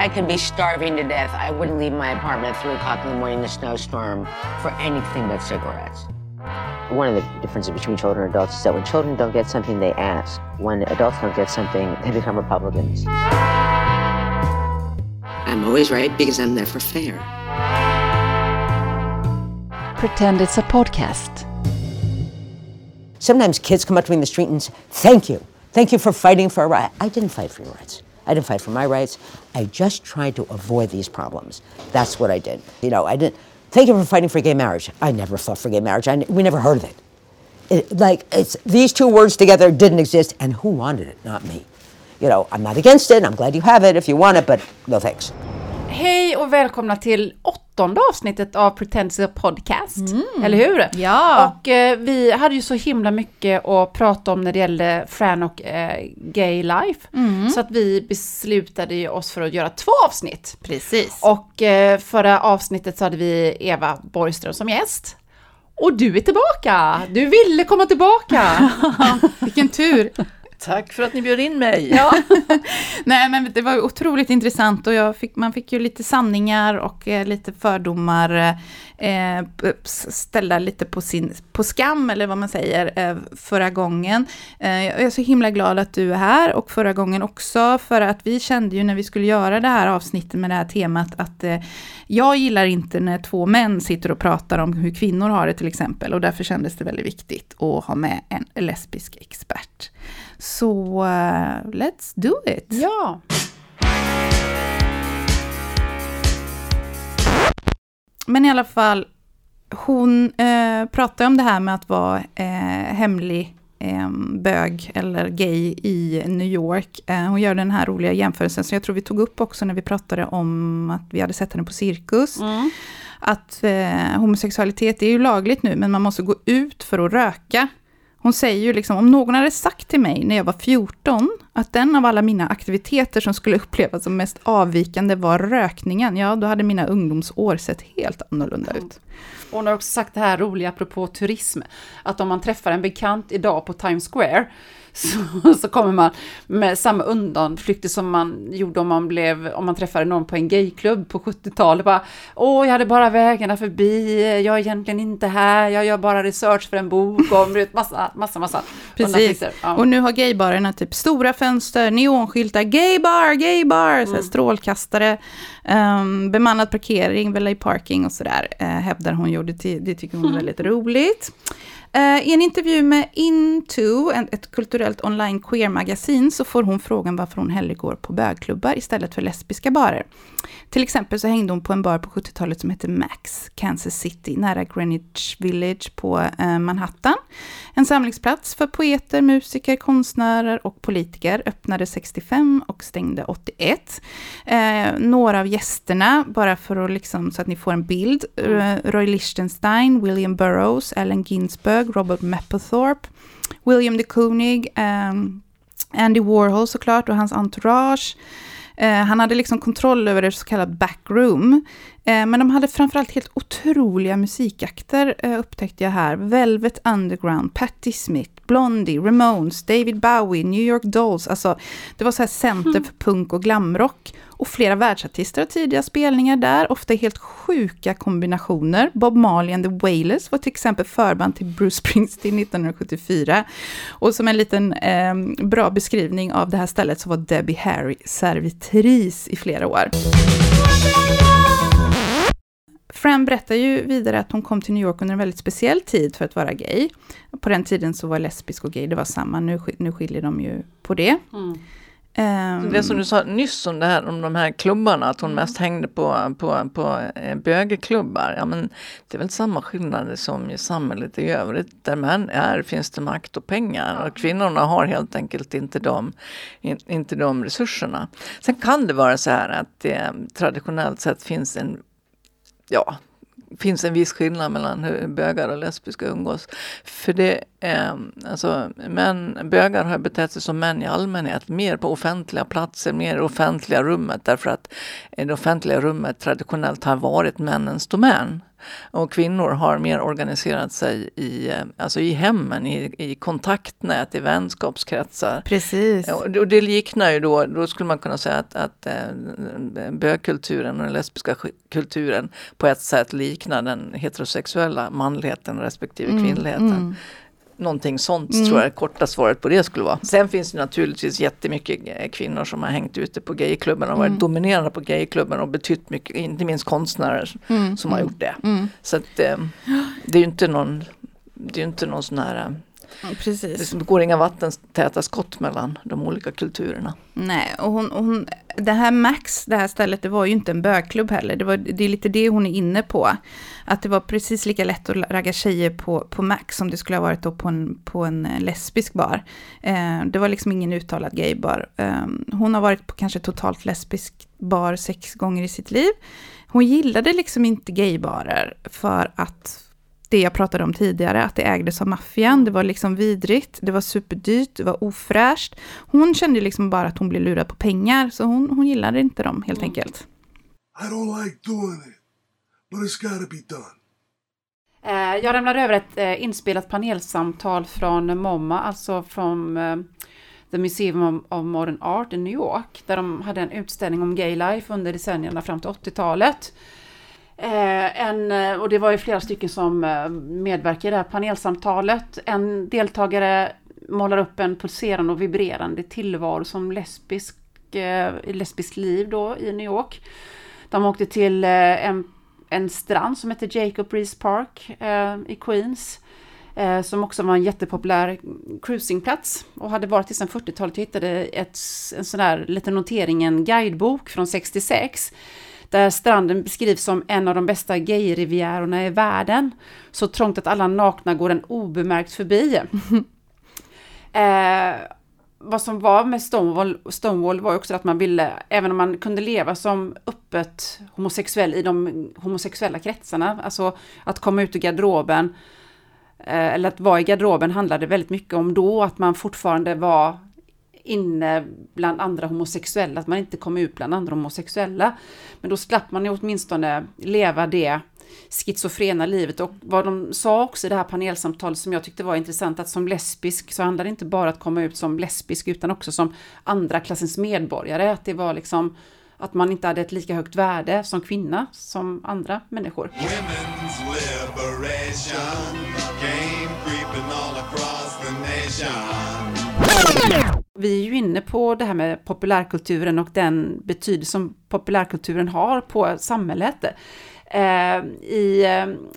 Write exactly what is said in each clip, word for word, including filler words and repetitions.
I could be starving to death, I wouldn't leave my apartment at three o'clock in the morning in a snowstorm for anything but cigarettes. One of the differences between children and adults is that when children don't get something, they ask. When adults don't get something, they become Republicans. I'm always right because I'm never fair. Pretend it's a podcast. Sometimes kids come up to me in the street and say, thank you. Thank you for fighting for our rights. I didn't fight for your rights. I didn't fight for my rights. I just tried to avoid these problems. That's what I did. You know, I didn't. Thank you for fighting for gay marriage. I never fought for gay marriage. I, we never heard of it. It. Like, it's, these two words together didn't exist, and who wanted it? Not me. You know, I'm not against it. I'm glad you have it if you want it, but no thanks. Hej och välkomna till åttonde avsnittet av Pretend It's a Podcast. Mm. Eller hur? Ja. Och eh, vi hade ju så himla mycket att prata om när det gällde Fran och eh, Gay Life. Mm. Så att vi beslutade ju oss för att göra två avsnitt. Precis. Och eh, förra avsnittet så hade vi Eva Borgström som gäst. Och du är tillbaka! Du ville komma tillbaka! Vilken tur! Tack för att ni bjöd in mig. Ja. Nej, men det var otroligt intressant och jag fick, man fick ju lite sanningar och eh, lite fördomar eh, ställa lite på, sin, på skam eller vad man säger eh, förra gången. Eh, jag är så himla glad att du är här och förra gången också för att vi kände ju när vi skulle göra det här avsnittet med det här temat att eh, jag gillar inte när två män sitter och pratar om hur kvinnor har det till exempel och därför kändes det väldigt viktigt att ha med en lesbisk expert. Så uh, let's do it. Ja. Men i alla fall, hon uh, pratar om det här med att vara uh, hemlig um, bög eller gay i New York. Uh, hon gör den här roliga jämförelsen som jag tror vi tog upp också när vi pratade om att vi hade sett henne på cirkus. Mm. Att uh, homosexualitet är ju lagligt nu men man måste gå ut för att röka. Hon säger ju liksom, om någon hade sagt till mig när jag var fjorton att den av alla mina aktiviteter som skulle upplevas som mest avvikande var rökningen, ja då hade mina ungdomsår sett helt annorlunda ut. Och hon har också sagt det här roliga apropå turism, att om man träffar en bekant idag på Times Square så, så kommer man med samma undanflykter som man gjorde om man, blev, om man träffade någon på en gayklubb på sjuttiotalet. Bara, åh jag hade bara vägarna förbi, jag är egentligen inte här, jag gör bara research för en bok om massa, massa, massa. Precis, ja. Och nu har gaybarerna typ stora fönster, neonskyltar, gaybar, gaybar, mm. så här strålkastare, um, bemannad parkering, valet parking och sådär, uh, hävdar hon gjorde, till, det tycker hon är väldigt roligt. Uh, I en intervju med Into, ett kulturellt online queer-magasin, så får hon frågan varför hon hellre går på bögklubbar istället för lesbiska barer. Till exempel så hängde hon på en bar på sjuttiotalet som heter Max, Kansas City, nära Greenwich Village på uh, Manhattan. En samlingsplats för poeter, musiker, konstnärer och politiker, öppnade sextiofem och stängde åttioett. Uh, några av gästerna, bara för att liksom, så att ni får en bild, uh, Roy Lichtenstein, William Burroughs, Allen Ginsberg, Robert Mapplethorpe, William de Kooning, um, Andy Warhol såklart och hans entourage. Uh, han hade liksom kontroll över det så kallade backroom. Uh, men de hade framförallt helt otroliga musikakter uh, upptäckte jag här. Velvet Underground, Patti Smith, Blondie, Ramones, David Bowie, New York Dolls. Alltså, det var så här center för punk och glamrock. Och flera världsartister har tidiga spelningar där. Ofta helt sjuka kombinationer. Bob Marley and the Wailers var till exempel förband till Bruce Springsteen nittonhundrasjuttiofyra. Och som en liten eh, bra beskrivning av det här stället så var Debbie Harry servitris i flera år. Fran berättar ju vidare att hon kom till New York under en väldigt speciell tid för att vara gay. På den tiden så var lesbisk och gay, det var samma. Nu, nu skiljer de ju på det. Mm. Um, det som du sa nyss om det här, om de här klubbarna, att hon mm. mest hängde på, på, på bögeklubbar. Ja, men det är väl samma skillnad som i samhället i övrigt. Där män är finns det makt och pengar. Och kvinnorna har helt enkelt inte de, in, inte de resurserna. Sen kan det vara så här att det traditionellt sett finns en, ja, finns en viss skillnad mellan hur bögar och lesbiska umgås. För det Eh, alltså, män, bögar har betett sig som män i allmänhet, mer på offentliga platser, mer i offentliga rummet, därför att det offentliga rummet traditionellt har varit männens domän. Och kvinnor har mer organiserat sig i, alltså i hemmen, i, i kontaktnät, i vänskapskretsar. Precis. Och det, och det liknar ju då, då skulle man kunna säga att, att äh, bögkulturen och den lesbiska kulturen på ett sätt liknar den heterosexuella manligheten respektive mm, kvinnligheten. Mm. Någonting sånt mm. tror jag korta svaret på det skulle vara. Sen finns det naturligtvis jättemycket kvinnor som har hängt ute på gayklubben och varit mm. dominerande på gayklubben och betytt mycket, inte minst konstnärer mm. som mm. har gjort det. Mm. Så att, eh, det är ju inte någon, det är inte någon sån här... Precis. Det går inga vattentäta skott mellan de olika kulturerna. Nej, och hon, och hon, det här Max, det här stället, det var ju inte en bögklubb heller. Det, var, det är lite det hon är inne på. Att det var precis lika lätt att ragga tjejer på, på Max som det skulle ha varit då på en, på en lesbisk bar. Eh, det var liksom ingen uttalad gaybar. Eh, hon har varit på kanske totalt lesbisk bar sex gånger i sitt liv. Hon gillade liksom inte gaybarer för att... Det jag pratade om tidigare, att det ägdes av maffian. Det var liksom vidrigt, det var superdyrt, det var ofräscht. Hon kände liksom bara att hon blev lurad på pengar, så hon, hon gillade inte dem helt mm. enkelt. I don't like doing it, but it's gotta be done. Eh, jag lämnade över ett eh, inspelat panelsamtal från MoMA, alltså från eh, The Museum of Modern Art i New York, där de hade en utställning om gay life under decennierna fram till åttiotalet. Eh, en, och det var ju flera stycken som medverkade i det här panelsamtalet. En deltagare målar upp en pulserande och vibrerande tillvaro som lesbisk, eh, lesbisk liv då i New York. De åkte till eh, en, en strand som heter Jacob Riis Park eh, i Queens. Eh, som också var en jättepopulär cruisingplats och hade varit till sedan fyrtiotalet. Jag hittade ett, en sån där liten notering, en guidebok från sextiosex. Där stranden beskrivs som en av de bästa gayrivierorna i världen. Så trångt att alla nakna går en obemärkt förbi. eh, vad som var med Stonewall, Stonewall var också att man ville, även om man kunde leva som öppet homosexuell i de homosexuella kretsarna, alltså att komma ut ur garderoben, eh, eller att vara i garderoben handlade väldigt mycket om då att man fortfarande var inne bland andra homosexuella, att man inte kom ut bland andra homosexuella. Men då slapp man ju åtminstone leva det schizofrena livet. Och vad de sa också i det här panelsamtalet som jag tyckte var intressant, att som lesbisk så handlar det inte bara att komma ut som lesbisk utan också som andra klassens medborgare. Att det var liksom att man inte hade ett lika högt värde som kvinna som andra människor. Women's liberation came creeping all across the nation. Vi är ju inne på det här med populärkulturen och den betydelse som populärkulturen har på samhället. Eh, i,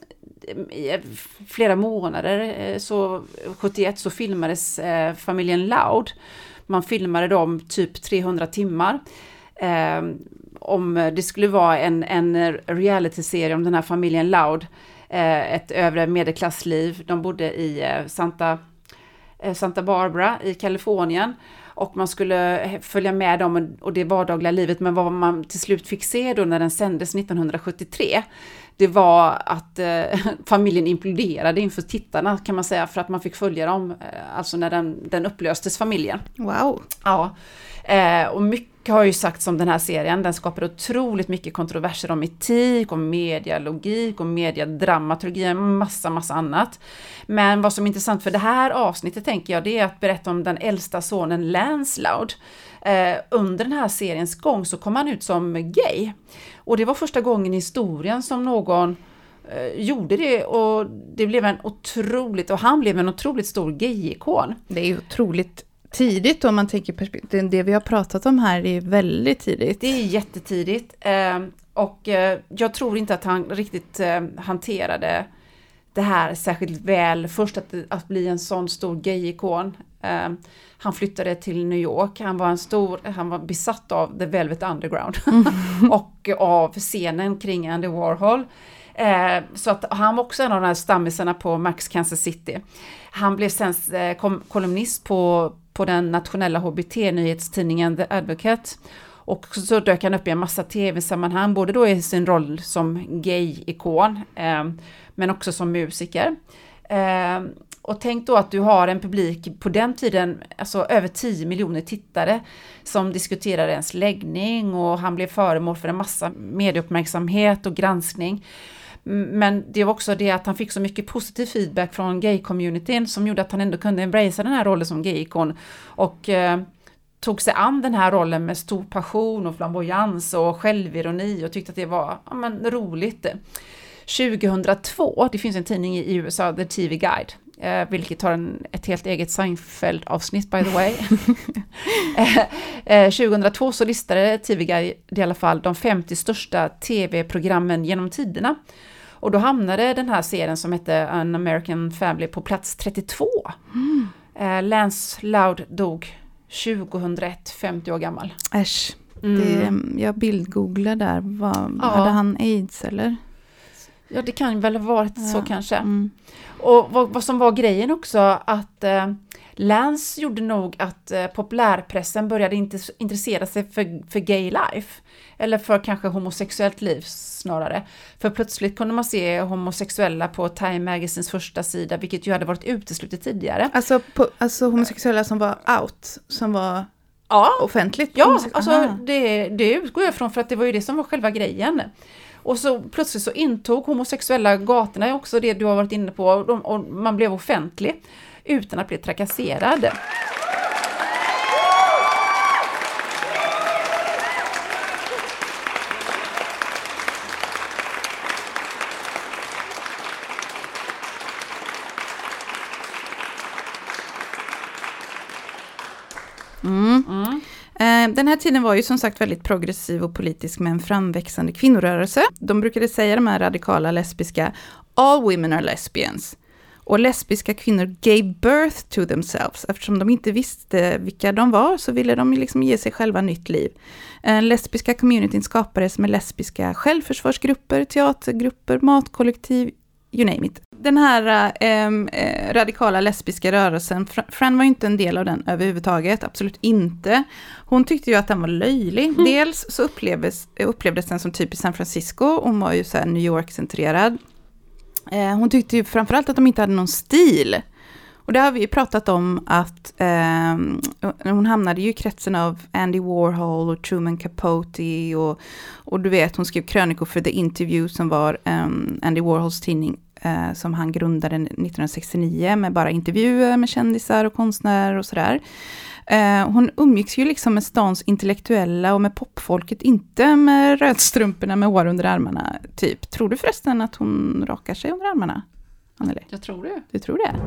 I flera månader, så sjuttioett, så filmades eh, familjen Loud. Man filmade dem typ trehundra timmar. Eh, om det skulle vara en, en reality-serie om den här familjen Loud. Eh, ett övre medelklassliv. De bodde i eh, Santa... Santa Barbara i Kalifornien, och man skulle följa med dem och det vardagliga livet. Men vad man till slut fick se då när den sändes nittonhundrasjuttiotre, det var att eh, familjen imploderade inför tittarna, kan man säga, för att man fick följa dem, eh, alltså när den, den upplöstes, familjen. Wow. Ja, eh, och mycket har ju sagts om den här serien. Den skapar otroligt mycket kontroverser om etik, om medialogik, om mediedramaturgi, en massa, massa annat. Men vad som är intressant för det här avsnittet, tänker jag, det är att berätta om den äldsta sonen Lance Loud. Eh, under den här seriens gång så kom han ut som gay. Och det var första gången i historien som någon eh, gjorde det. Och det blev en otroligt, och han blev en otroligt stor gay-ikon. Det är ju otroligt tidigt om man tänker perspektiv. Det vi har pratat om här är väldigt tidigt. Det är jättetidigt. Eh, och eh, jag tror inte att han riktigt eh, hanterade det här särskilt väl. Först att, att bli en sån stor gay-ikon. Eh, han flyttade till New York. Han var en stor, han var besatt av The Velvet Underground. Mm. och av scenen kring Andy Warhol. Eh, så att han var också en av de här stammisarna på Max Kansas City. Han blev sen eh, kom, kolumnist på, på den nationella H B T-nyhetstidningen The Advocate. Och så dök han upp i en massa tv-sammanhang, både då i sin roll som gay-ikon, eh, men också som musiker. Eh, och tänk då att du har en publik på den tiden, alltså över tio miljoner tittare som diskuterade ens läggning, och han blev föremål för en massa medieuppmärksamhet och granskning. Men det var också det att han fick så mycket positiv feedback från gay-communityn som gjorde att han ändå kunde embracea den här rollen som gay-ikon och eh, tog sig an den här rollen med stor passion och flamboyans och självironi och tyckte att det var ja, men, roligt. tjugohundratvå, det finns en tidning i U S A, The T V Guide, eh, vilket har en, ett helt eget Seinfeld-avsnitt by the way. eh, tjugohundratvå så listade T V Guide i alla fall de femtio största tv-programmen genom tiderna. Och då hamnade den här serien som hette An American Family på plats trettiotvå. Mm. Eh, Lance Loud dog tjugohundraett, femtio år gammal. Äsch, Mm. det, jag bildgooglar där. Var, Ja. Hade han AIDS eller? Ja, det kan väl ha varit Ja. så kanske. Mm. Och vad, vad som var grejen också, att eh, Lance gjorde nog att eh, populärpressen började inte intressera sig för, för gay life. Eller för kanske homosexuellt liv snarare. För plötsligt kunde man se homosexuella på Time Magazines första sida, vilket ju hade varit uteslutet tidigare. Alltså, på, alltså homosexuella som var out, som var Ja, offentligt? ja homosex- alltså Aha. det, det utgår jag från, för att det var ju det som var själva grejen. Och så plötsligt så intog homosexuella gatorna också det du har varit inne på, och, de, och man blev offentlig utan att bli trakasserad. Mm. Mm. Eh, Den här tiden var ju som sagt väldigt progressiv och politisk med en framväxande kvinnorörelse. De brukade säga, de här radikala lesbiska, all women are lesbians. Och lesbiska kvinnor gave birth to themselves. Eftersom de inte visste vilka de var så ville de liksom ge sig själva nytt liv. Eh, lesbiska communityn skapades med lesbiska självförsvarsgrupper, teatergrupper, matkollektiv, you name it. Den här eh, radikala lesbiska rörelsen, Fran var ju inte en del av den överhuvudtaget, absolut inte. Hon tyckte ju att den var löjlig. Mm. Dels så upplevdes, upplevdes den som typ i San Francisco, hon var ju så här New York-centrerad. Eh, hon tyckte ju framförallt att de inte hade någon stil. Och det har vi ju pratat om att eh, hon hamnade ju i kretsen av Andy Warhol och Truman Capote och, och du vet, hon skrev krönikor för The Interview som var eh, Andy Warhols tidning eh, som han grundade nittonhundrasextionio med bara intervjuer med kändisar och konstnärer och sådär. Eh, hon umgicks ju liksom med stans intellektuella och med popfolket, inte med rödstrumporna med hår under armarna typ. Tror du förresten att hon rakar sig under armarna, Anneli? Jag tror det. Du tror det?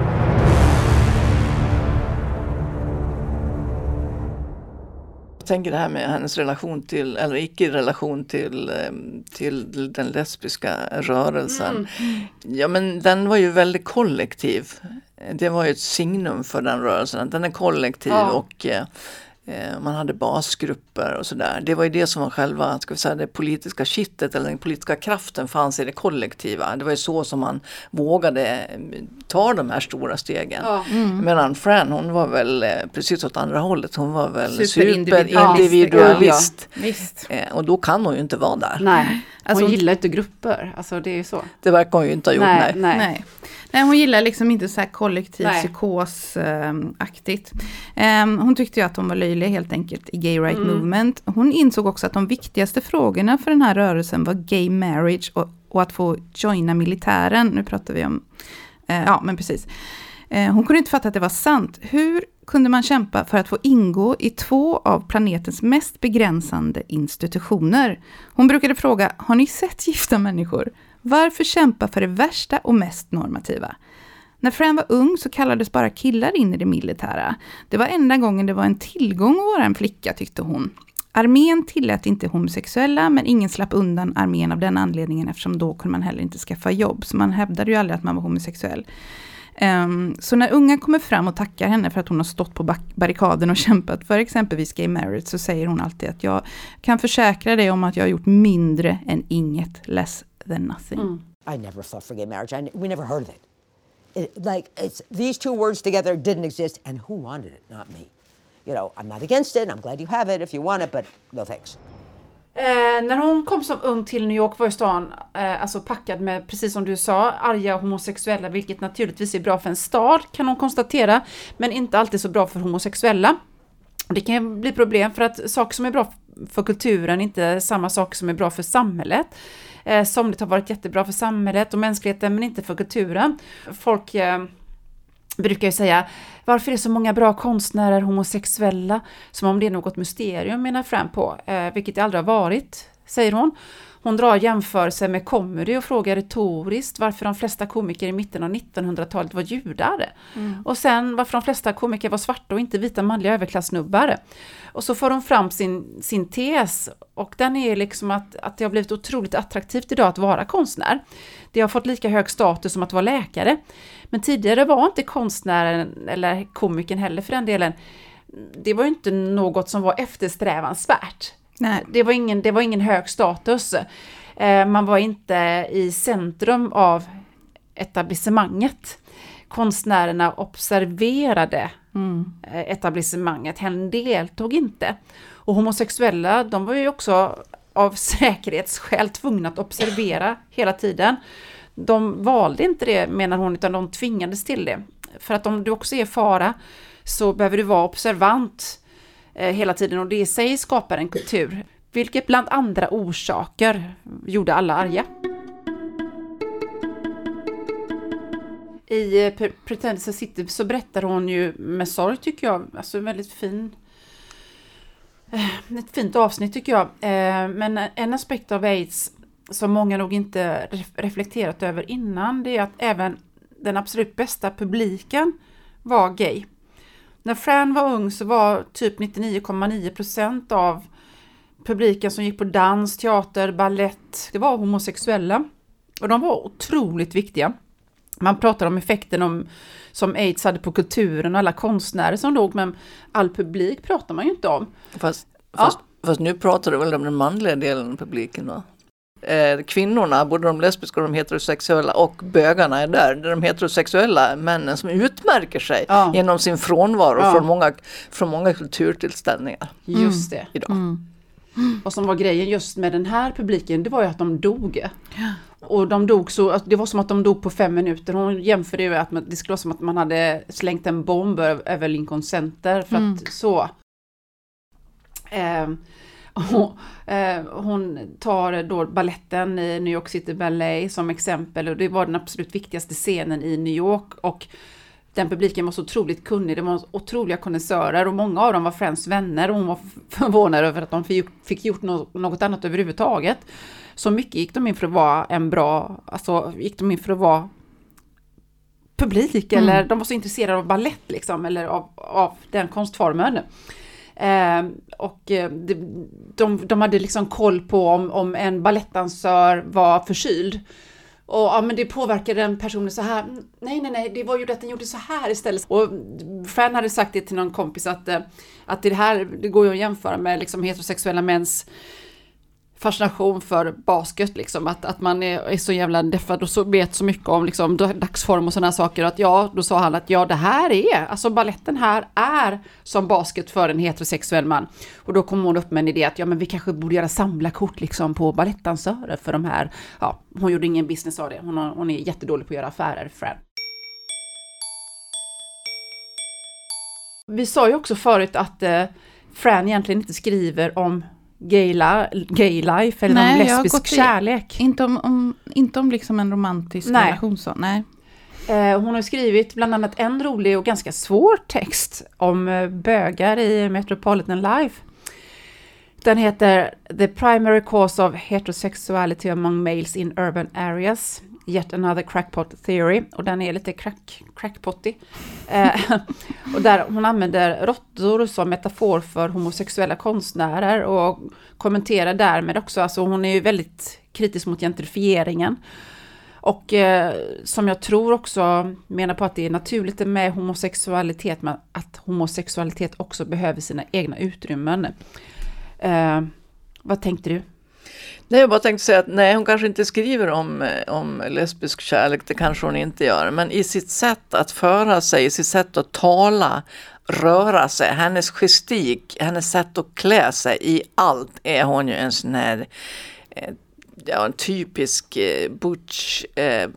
Jag tänker det här med hennes relation till, eller icke-relation till, till den lesbiska rörelsen. Mm. Ja, men den var ju väldigt kollektiv. Det var ju ett signum för den rörelsen. Den är kollektiv, ja. Och eh, man hade basgrupper och sådär. Det var ju det som var själva, ska vi säga, det politiska kittet eller den politiska kraften fanns i det kollektiva. Det var ju så som man vågade ta de här stora stegen. Ja. Mm. Medan Fran, hon var väl eh, precis åt andra hållet. Hon var väl superindividualist. Ja, visst. Eh, och då kan hon ju inte vara där. Nej, hon alltså, gillar inte grupper. Alltså det är ju så. Det verkar hon ju inte ha gjort, nej. nej. nej. Nej, hon gillar liksom inte så här kollektiv psykosaktigt. Um, hon tyckte ju att hon var löjlig helt enkelt i gay right mm. movement. Hon insåg också att de viktigaste frågorna för den här rörelsen var gay marriage och, och att få joina militären. Nu pratar vi om, uh, ja men precis. Uh, hon kunde inte fatta att det var sant. Hur kunde man kämpa för att få ingå i två av planetens mest begränsande institutioner? Hon brukade fråga, har ni sett gifta människor? Varför kämpa för det värsta och mest normativa? När Fran var ung så kallades bara killar in i det militära. Det var enda gången det var en tillgång att vara en flicka, tyckte hon. Armén tillät inte homosexuella, men ingen slapp undan armén av den anledningen eftersom då kunde man heller inte skaffa jobb. Så man hävdade ju aldrig att man var homosexuell. Um, så när unga kommer fram och tackar henne för att hon har stått på barrikaden och kämpat för exempelvis gay marriage, så säger hon alltid att jag kan försäkra dig om att jag har gjort mindre än inget, less than nothing. Mm. I never fought for gay marriage. I, we never heard of it. it. Like, it's, these two words together didn't exist, and who wanted it? Not me. You know, I'm not against it. I'm glad you have it if you want it, but no thanks. Eh, när hon kom som ung till New York var ju stan eh, alltså packad med, precis som du sa, arga homosexuella, vilket naturligtvis är bra för en stad, kan hon konstatera, men inte alltid så bra för homosexuella. Det kan bli problem för att saker som är bra för kulturen inte är samma saker som är bra för samhället. Eh, somligt har varit jättebra för samhället och mänskligheten, men inte för kulturen. Folk eh, brukar ju säga, varför är så många bra konstnärer homosexuella? Som om det är något mysterium, menar Fran på, eh, vilket det aldrig har varit, säger hon. Hon drar jämförelser med comedy och frågar retoriskt varför de flesta komiker i mitten av nittonhundratalet var judar. Mm. Och sen varför de flesta komiker var svarta och inte vita manliga överklassnubbar. Och så får hon fram sin, sin tes, och den är liksom att, att det har blivit otroligt attraktivt idag att vara konstnär. Det har fått lika hög status som att vara läkare. Men tidigare var inte konstnären, eller komikern heller för den delen, det var inte något som var eftersträvansvärt. Nej. Det var ingen, det var ingen hög status. Eh, man var inte i centrum av etablissemanget. Konstnärerna observerade mm. etablissemanget. Hen deltog inte. Och homosexuella, de var ju också av säkerhetsskäl tvungna att observera hela tiden. De valde inte det, menar hon, utan de tvingades till det. För att om du också är fara så behöver du vara observant hela tiden, och det i sig skapar en kultur, vilket bland andra orsaker gjorde alla arga. I Pretenders City så berättar hon ju med sorg, tycker jag, alltså väldigt fin ett fint avsnitt tycker jag, men en aspekt av AIDS som många nog inte reflekterat över innan, det är att även den absolut bästa publiken var gay. När Fran var ung så var typ nittionio komma nio procent av publiken som gick på dans, teater, ballett, det var homosexuella. Och de var otroligt viktiga. Man pratar om effekten om, som AIDS hade på kulturen och alla konstnärer som dog, men all publik pratar man ju inte om. Fast, fast, ja. fast nu pratar du väl om den manliga delen av publiken, va? Eh, kvinnorna, både de lesbiska och de heterosexuella, och bögarna är där. Det är de heterosexuella männen som utmärker sig ja. genom sin frånvaro ja. från, många, från många kulturtillställningar. Just det. Idag. Mm. Och som var grejen just med den här publiken, det var ju att de dog. Och de dog så, det var som att de dog på fem minuter. Hon jämförde ju att det skulle vara som att man hade slängt en bomb över Lincoln Center. För mm. att så... Eh, Hon, eh, hon tar då balletten i New York City Ballet som exempel, och det var den absolut viktigaste scenen i New York, och den publiken var så otroligt kunnig, det var otroliga konnässörer och många av dem var Frans vänner, och hon var förvånad över att de fick, fick gjort no- något annat överhuvudtaget. Så mycket gick de in för att vara en bra, alltså gick de in för att vara publik, mm. eller de var så intresserade av ballett liksom, eller av, av den konstformen. Eh, och de, de, de hade liksom koll på om, om en ballettdansör var förkyld. Och ja, men det påverkade den personen så här. Nej, nej, nej, det var ju att den gjorde så här istället. Och Fran hade sagt det till någon kompis att, att det här, det går ju att jämföra med liksom heterosexuella mäns fascination för basket, liksom, att, att man är, är så jävla deffad och så vet så mycket om liksom, dagsform och sådana saker, att ja, då sa han att ja, det här är, alltså balletten här är som basket för en heterosexuell man. Och då kom hon upp med en idé att ja, men vi kanske borde göra samlarkort liksom på ballettdansörer för de här, ja, hon gjorde ingen business av det, hon, hon är jättedålig på att göra affärer, Fran. Vi sa ju också förut att eh, Fran egentligen inte skriver om Gay, li- gay life eller nej, någon lesbisk kärlek. Inte om, om, inte om liksom en romantisk nej. relation så, nej. Eh, hon har skrivit bland annat en rolig och ganska svår text om eh, bögar i Metropolitan Life. Den heter The Primary Cause of Heterosexuality Among Males in Urban Areas. Yet Another Crackpot Theory, och den är lite crack, crackpottig. Eh, och där hon använder råttor som metafor för homosexuella konstnärer och kommenterar därmed också, alltså hon är ju väldigt kritisk mot gentrifieringen. Och eh, som jag tror också menar på att det är naturligt med homosexualitet, men att homosexualitet också behöver sina egna utrymmen. Eh, vad tänkte du? Nej, jag bara tänkte säga att nej, hon kanske inte skriver om, om lesbisk kärlek, det kanske hon inte gör. Men i sitt sätt att föra sig, i sitt sätt att tala röra sig, hennes gestik, hennes sätt att klä sig, i allt är hon ju en sån här eh, ja, en typisk eh, butch eh,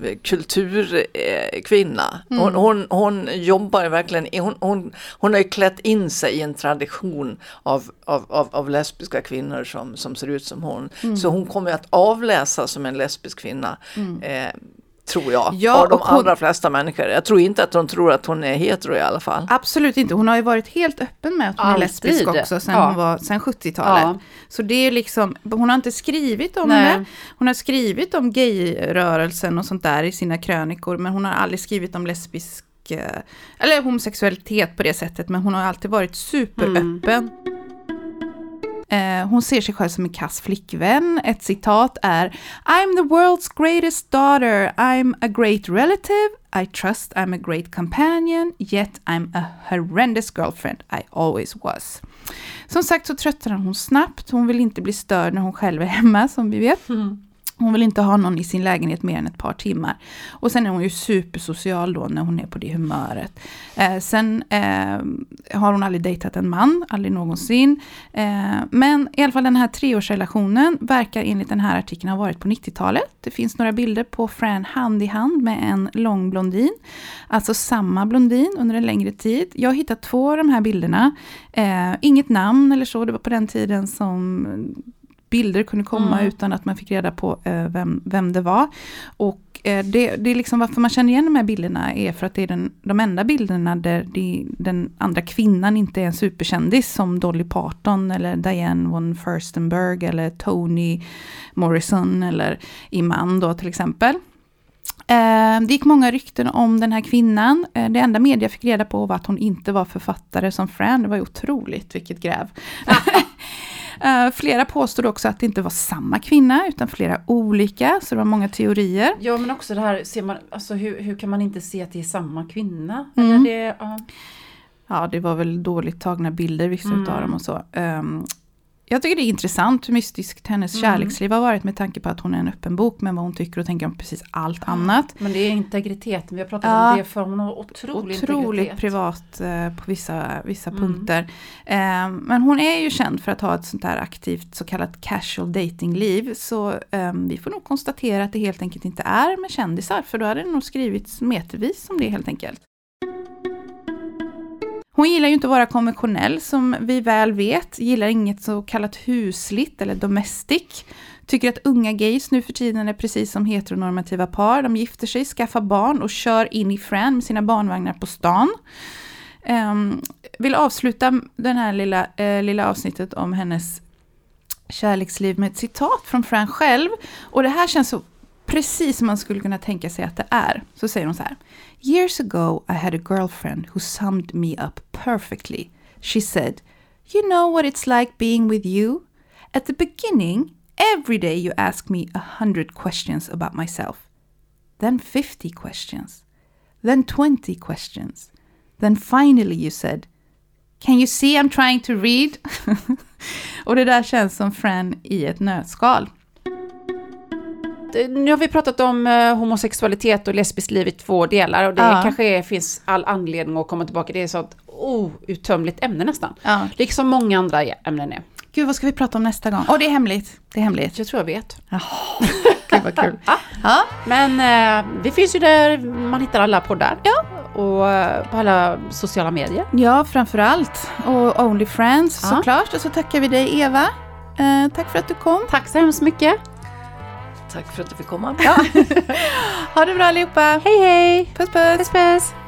kulturkvinna. Eh, hon, mm. hon, hon jobbar ju verkligen, hon, hon, hon har ju klätt in sig i en tradition av, av, av, av lesbiska kvinnor som, som ser ut som hon. Mm. Så hon kommer att avläsa som en lesbisk kvinna. Mm. Eh, tror jag, ja, av de hon, allra flesta människor. Jag tror inte att hon tror att hon är hetero i alla fall. Absolut inte. Hon har ju varit helt öppen med att hon Alltid. är lesbisk också sen, ja. hon var, sen sjuttiotalet. Ja. Så det är liksom, hon har inte skrivit om Nej. det. Hon har skrivit om gayrörelsen och sånt där i sina krönikor, men hon har aldrig skrivit om lesbisk eller homosexualitet på det sättet, men hon har alltid varit superöppen. Mm. Eh, hon ser sig själv som en kass flickvän. Ett citat är: I'm the world's greatest daughter. I'm a great relative. I trust I'm a great companion. Yet I'm a horrendous girlfriend. I always was. Som sagt så tröttnar hon snabbt. Hon vill inte bli störd när hon själv är hemma, som vi vet. Mm. Hon vill inte ha någon i sin lägenhet mer än ett par timmar. Och sen är hon ju supersocial då när hon är på det humöret. Eh, sen eh, har hon aldrig dejtat en man, aldrig någonsin. Eh, men i alla fall den här treårsrelationen verkar enligt den här artikeln ha varit på nittiotalet. Det finns några bilder på Fran hand i hand med en lång blondin. Alltså samma blondin under en längre tid. Jag har hittat två av de här bilderna. Eh, inget namn eller så, det var på den tiden som bilder kunde komma mm. utan att man fick reda på eh, vem, vem det var. Och eh, det, det är liksom varför man känner igen de här bilderna är för att det är den, de enda bilderna där det, den andra kvinnan inte är en superkändis som Dolly Parton eller Diane von Furstenberg eller Toni Morrison eller Iman då till exempel. Eh, det gick många rykten om den här kvinnan. Eh, det enda media fick reda på var att hon inte var författare som Fran. Det var ju otroligt, vilket gräv. Uh, flera påstod också att det inte var samma kvinna utan flera olika, så det var många teorier. Ja, men också det här, ser man, alltså hur, hur kan man inte se att det är samma kvinna? Mm. Eller det, uh. Ja, det var väl dåligt tagna bilder vissa mm. utav dem och så. Um, jag tycker det är intressant hur mystiskt hennes mm. kärleksliv har varit med tanke på att hon är en öppen bok med vad hon tycker och tänker om precis allt annat. Men det är integriteten, vi har pratat ja, om det för hon har otrolig otroligt privat eh, på vissa, vissa mm. punkter. Eh, men hon är ju känd för att ha ett sånt här aktivt så kallat casual datingliv, så eh, vi får nog konstatera att det helt enkelt inte är med kändisar, för då hade det nog skrivits metervis om det helt enkelt. Hon gillar ju inte att vara konventionell, som vi väl vet. Gillar inget så kallat husligt eller domestic. Tycker att unga gays nu för tiden är precis som heteronormativa par. De gifter sig, skaffar barn och kör in i Fran med sina barnvagnar på stan. Um, vill avsluta den här lilla, uh, lilla avsnittet om hennes kärleksliv med ett citat från Fran själv. Och det här känns så precis som man skulle kunna tänka sig att det är. Så säger hon så här: Years ago I had a girlfriend who summed me up perfectly. She said, you know what it's like being with you? At the beginning, every day you ask me a hundred questions about myself. Then fifty questions. Then twenty questions. Then finally you said, can you see I'm trying to read? Och det där känns som Fran i ett nötskal. Nu har vi pratat om uh, homosexualitet och lesbiskt liv i två delar, och det ja. kanske är, finns all anledning att komma tillbaka. Det är så ett outtömligt ämne nästan. Ja. Liksom många andra ämnen är. Gud, vad ska vi prata om nästa gång? Åh, oh, det är hemligt. Det är hemligt. Jag tror jag vet. Oh, Gud, vad kul. ja. Ja. Men uh, vi finns ju där man hittar alla poddar. Ja. Och uh, på alla sociala medier. Ja, framförallt. Och OnlyFriends ja. såklart. Och så tackar vi dig, Eva. Uh, tack för att du kom. Tack så hemskt mycket. Tack för att du fick komma. Ja. Ha det bra allihopa. Hej hej. Puss puss. Puss puss.